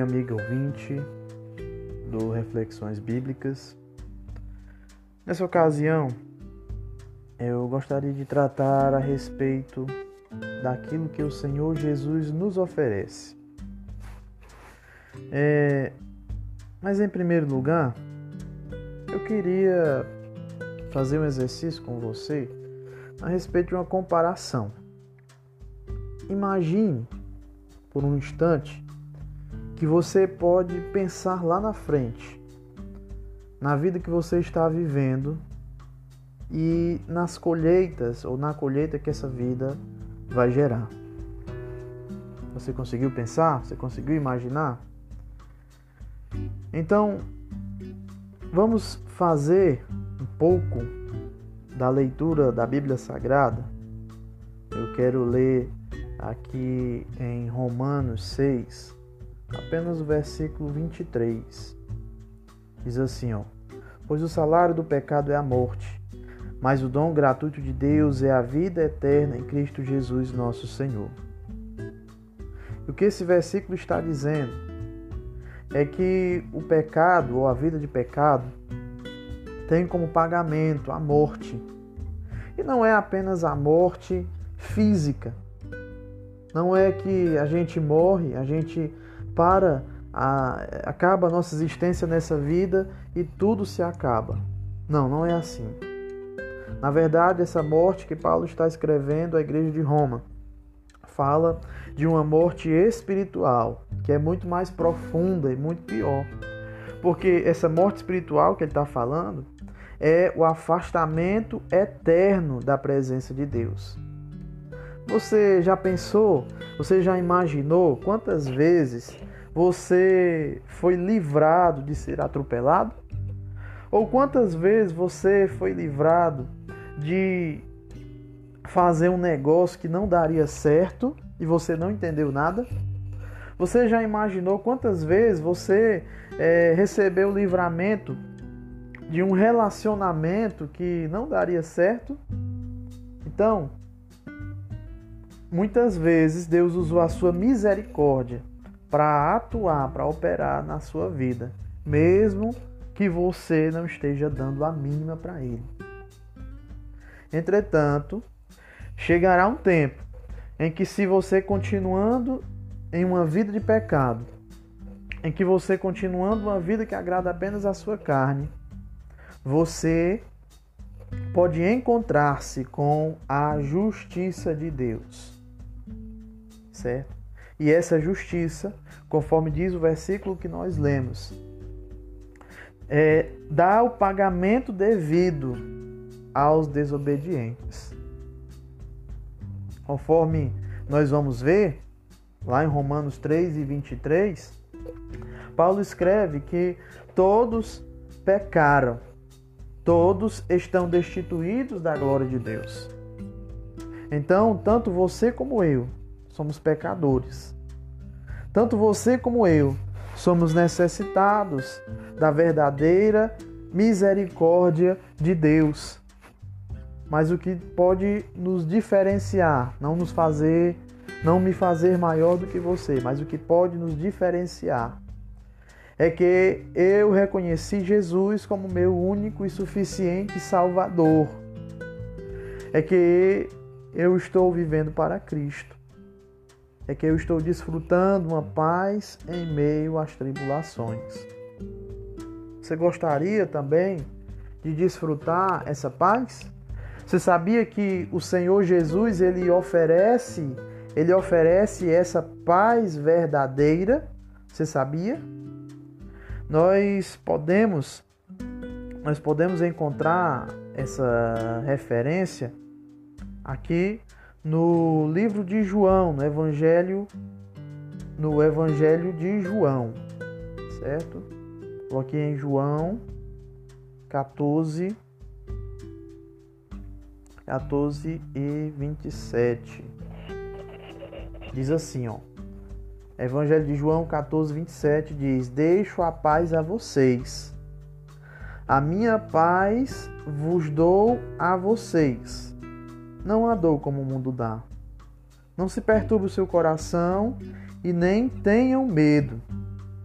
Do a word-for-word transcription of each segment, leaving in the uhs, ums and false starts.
amigo ouvinte do Reflexões Bíblicas. Nessa ocasião, eu gostaria de tratar a respeito daquilo que o Senhor Jesus nos oferece. É, mas em primeiro lugar, eu queria fazer um exercício com você a respeito de uma comparação. Imagine, por um instante, que você pode pensar lá na frente, na vida que você está vivendo e nas colheitas ou na colheita que essa vida vai gerar. Você conseguiu pensar? Você conseguiu imaginar? Então, vamos fazer um pouco da leitura da Bíblia Sagrada. Eu quero ler aqui em Romanos seis, apenas o versículo vinte e três. Diz assim, ó: pois o salário do pecado é a morte, mas o dom gratuito de Deus é a vida eterna em Cristo Jesus nosso Senhor. O que esse versículo está dizendo é que o pecado, ou a vida de pecado, tem como pagamento a morte. E não é apenas a morte física. Não é que a gente morre, a gente para, a, acaba a nossa existência nessa vida e tudo se acaba. Não, não é assim. Na verdade, essa morte que Paulo está escrevendo à igreja de Roma fala de uma morte espiritual, que é muito mais profunda e muito pior. Porque essa morte espiritual que ele está falando é o afastamento eterno da presença de Deus. Você já pensou, você já imaginou quantas vezes você foi livrado de ser atropelado? Ou quantas vezes você foi livrado de fazer um negócio que não daria certo e você não entendeu nada? Você já imaginou quantas vezes você é, recebeu o livramento de um relacionamento que não daria certo? Então, muitas vezes Deus usou a sua misericórdia para atuar, para operar na sua vida, mesmo que você não esteja dando a mínima para Ele. Entretanto, chegará um tempo em que, se você continuando em uma vida de pecado, em que você continuando uma vida que agrada apenas a sua carne, você pode encontrar-se com a justiça de Deus. Certo? E essa justiça, conforme diz o versículo que nós lemos, é, dá o pagamento devido aos desobedientes. Conforme nós vamos ver, lá em Romanos três e vinte e três, Paulo escreve que todos pecaram, todos estão destituídos da glória de Deus. Então, tanto você como eu somos pecadores. Tanto você como eu somos necessitados da verdadeira misericórdia de Deus. Mas o que pode nos diferenciar, não nos fazer, não me fazer maior do que você, mas o que pode nos diferenciar é que eu reconheci Jesus como meu único e suficiente Salvador. É que eu estou vivendo para Cristo. É que eu estou desfrutando uma paz em meio às tribulações. Você gostaria também de desfrutar essa paz? Você sabia que o Senhor Jesus, ele oferece, ele oferece essa paz verdadeira? Você sabia? Nós podemos, nós podemos encontrar essa referência aqui no livro de João, no Evangelho, no Evangelho de João, certo? Vou aqui em João catorze, catorze e vinte e sete. Diz assim, ó. Evangelho de João catorze, vinte e sete diz: deixo a paz a vocês. A minha paz vos dou a vocês. Não a dou como o mundo dá. Não se perturbe o seu coração e nem tenham medo.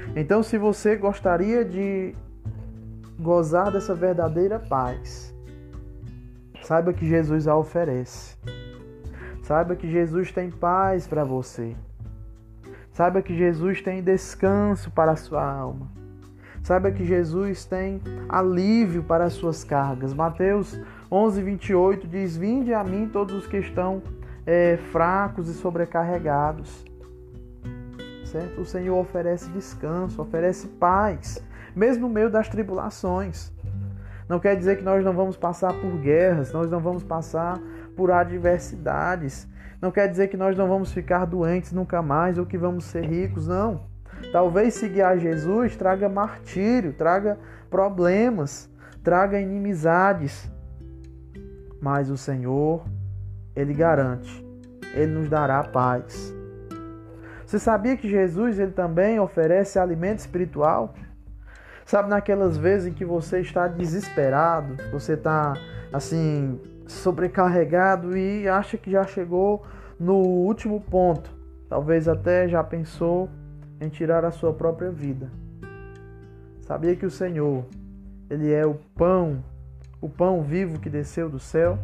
Então, se você gostaria de gozar dessa verdadeira paz, saiba que Jesus a oferece. Saiba que Jesus tem paz para você. Saiba que Jesus tem descanso para a sua alma. Saiba que Jesus tem alívio para as suas cargas. Mateus onze, vinte e oito diz: vinde a mim todos os que estão é, fracos e sobrecarregados. Certo? O Senhor oferece descanso, oferece paz, mesmo no meio das tribulações. Não quer dizer que nós não vamos passar por guerras, nós não vamos passar por adversidades. Não quer dizer que nós não vamos ficar doentes nunca mais ou que vamos ser ricos, não. Talvez seguir a Jesus traga martírio, traga problemas, traga inimizades. Mas o Senhor, Ele garante, Ele nos dará paz. Você sabia que Jesus ele também oferece alimento espiritual? Sabe, naquelas vezes em que você está desesperado, você está assim sobrecarregado e acha que já chegou no último ponto, talvez até já pensou em tirar a sua própria vida. Sabia que o Senhor, Ele é o pão, o pão vivo que desceu do céu?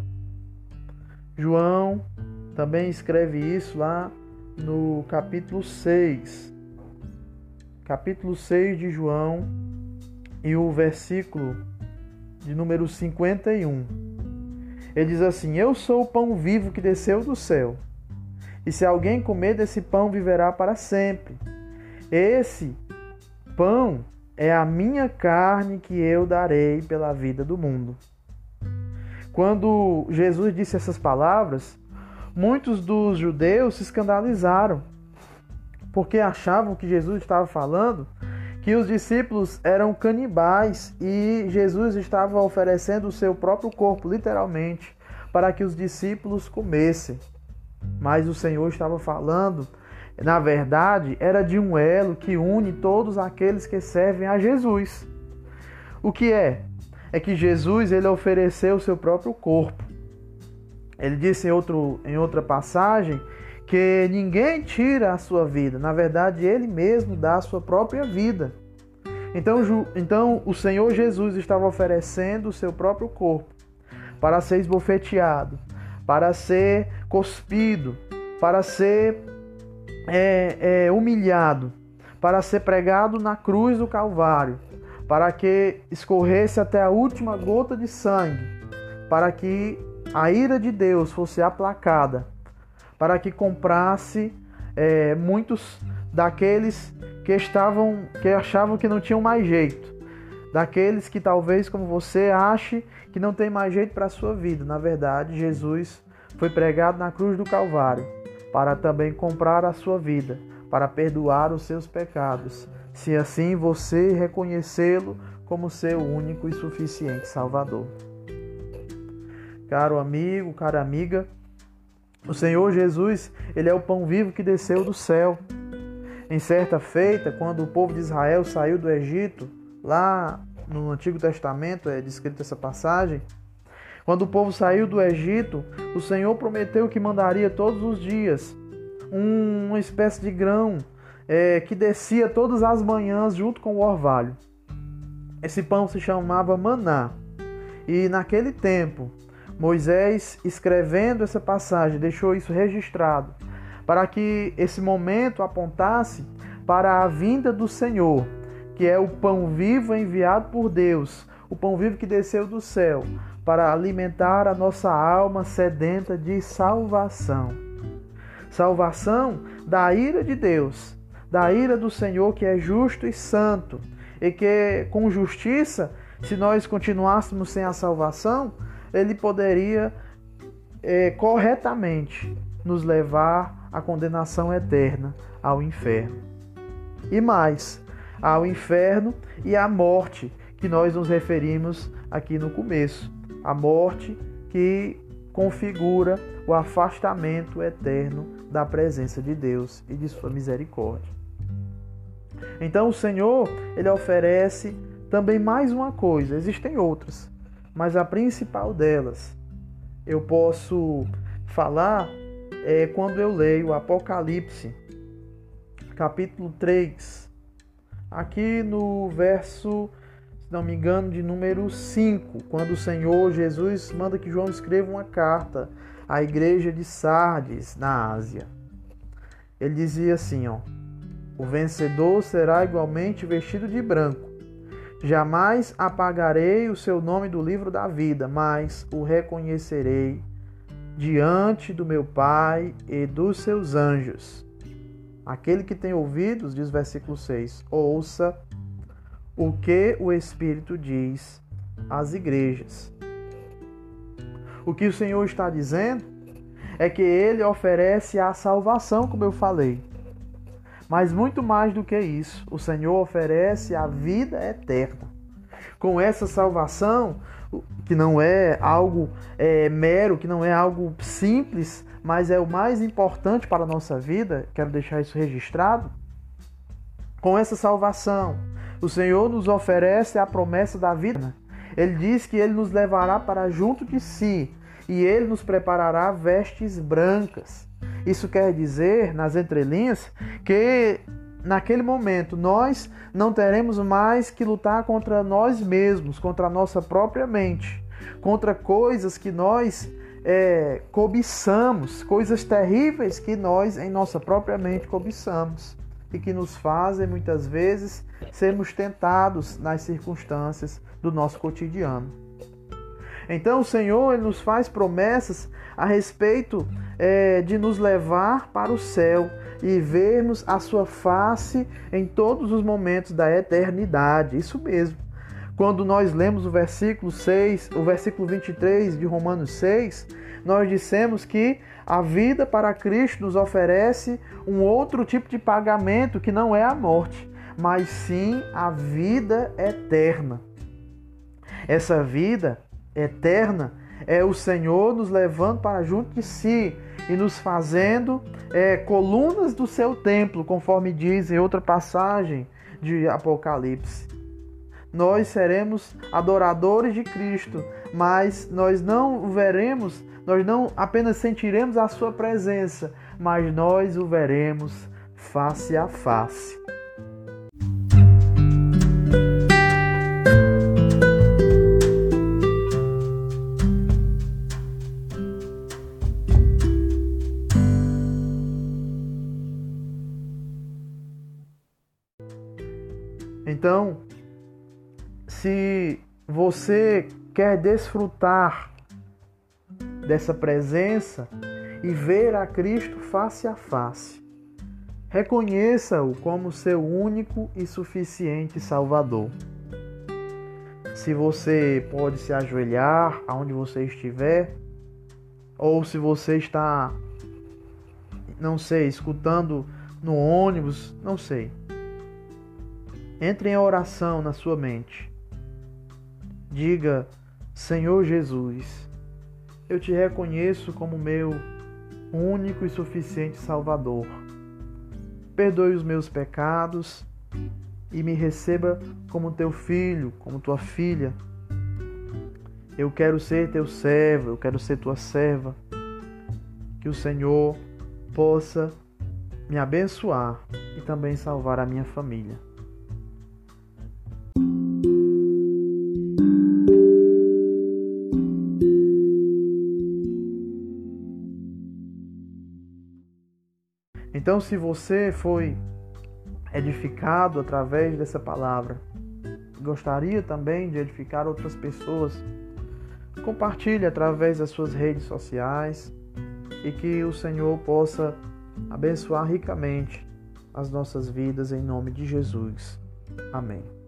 João também escreve isso lá no capítulo seis. Capítulo seis de João e o versículo de número cinquenta e um. Ele diz assim: eu sou o pão vivo que desceu do céu. E se alguém comer desse pão, viverá para sempre. Esse pão é a minha carne que eu darei pela vida do mundo. Quando Jesus disse essas palavras, muitos dos judeus se escandalizaram, porque achavam que Jesus estava falando que os discípulos eram canibais e Jesus estava oferecendo o seu próprio corpo, literalmente, para que os discípulos comessem. Mas o Senhor estava falando, na verdade, era de um elo que une todos aqueles que servem a Jesus. O que é? É que Jesus ele ofereceu o seu próprio corpo. Ele disse em, outro, em outra passagem que ninguém tira a sua vida. Na verdade, Ele mesmo dá a sua própria vida. Então, então o Senhor Jesus estava oferecendo o seu próprio corpo para ser esbofeteado, para ser cuspido, para ser é, é, humilhado, para ser pregado na cruz do Calvário, para que escorresse até a última gota de sangue, para que a ira de Deus fosse aplacada, para que comprasse é, muitos daqueles que estavam, que achavam que não tinham mais jeito, daqueles que talvez como você ache que não tem mais jeito para a sua vida. Na verdade, Jesus foi pregado na cruz do Calvário para também comprar a sua vida, para perdoar os seus pecados, se assim você reconhecê-lo como seu único e suficiente Salvador. Caro amigo, cara amiga, o Senhor Jesus, Ele é o pão vivo que desceu do céu. Em certa feita, quando o povo de Israel saiu do Egito, lá no Antigo Testamento é descrita essa passagem, quando o povo saiu do Egito, o Senhor prometeu que mandaria todos os dias um, uma espécie de grão é, que descia todas as manhãs junto com o orvalho. Esse pão se chamava maná. E naquele tempo, Moisés, escrevendo essa passagem, deixou isso registrado, para que esse momento apontasse para a vinda do Senhor, que é o pão vivo enviado por Deus, o pão vivo que desceu do céu, para alimentar a nossa alma sedenta de salvação. Salvação da ira de Deus, da ira do Senhor que é justo e santo, e que com justiça, se nós continuássemos sem a salvação, Ele poderia é, corretamente nos levar à condenação eterna, ao inferno. E mais, ao inferno e à morte, que nós nos referimos aqui no começo. A morte que configura o afastamento eterno da presença de Deus e de sua misericórdia. Então o Senhor, Ele oferece também mais uma coisa. Existem outras, mas a principal delas eu posso falar é quando eu leio Apocalipse, capítulo três, aqui no verso, se não me engano, de número cinco, quando o Senhor Jesus manda que João escreva uma carta à igreja de Sardes, na Ásia. Ele dizia assim, ó: o vencedor será igualmente vestido de branco. Jamais apagarei o seu nome do livro da vida, mas o reconhecerei diante do meu Pai e dos seus anjos. Aquele que tem ouvidos, diz versículo seis, ouça o que o Espírito diz às igrejas. O que o Senhor está dizendo é que Ele oferece a salvação, como eu falei. Mas muito mais do que isso, o Senhor oferece a vida eterna. Com essa salvação, que não é algo é, mero, que não é algo simples, mas é o mais importante para a nossa vida, quero deixar isso registrado. Com essa salvação, o Senhor nos oferece a promessa da vida. Ele diz que Ele nos levará para junto de si e Ele nos preparará vestes brancas. Isso quer dizer, nas entrelinhas, que naquele momento nós não teremos mais que lutar contra nós mesmos, contra a nossa própria mente, contra coisas que nós é, cobiçamos, coisas terríveis que nós em nossa própria mente cobiçamos e que nos fazem muitas vezes sermos tentados nas circunstâncias do nosso cotidiano. Então o Senhor ele nos faz promessas a respeito é, de nos levar para o céu e vermos a sua face em todos os momentos da eternidade. Isso mesmo. Quando nós lemos o versículo seis, o versículo vinte e três de Romanos seis, nós dissemos que a vida para Cristo nos oferece um outro tipo de pagamento que não é a morte, mas sim a vida eterna. Essa vida eterna é o Senhor nos levando para junto de si e nos fazendo é, colunas do seu templo, conforme diz em outra passagem de Apocalipse. Nós seremos adoradores de Cristo, mas nós não o veremos, nós não apenas sentiremos a sua presença, mas nós o veremos face a face. Então, se você quer desfrutar dessa presença e ver a Cristo face a face, reconheça-o como seu único e suficiente Salvador. Se você pode se ajoelhar aonde você estiver, ou se você está, não sei, escutando no ônibus, não sei. Entre em oração na sua mente. Diga: Senhor Jesus, eu te reconheço como meu único e suficiente Salvador. Perdoe os meus pecados e me receba como teu filho, como tua filha. Eu quero ser teu servo, eu quero ser tua serva. Que o Senhor possa me abençoar e também salvar a minha família. Então, se você foi edificado através dessa palavra, gostaria também de edificar outras pessoas, compartilhe através das suas redes sociais e que o Senhor possa abençoar ricamente as nossas vidas em nome de Jesus. Amém.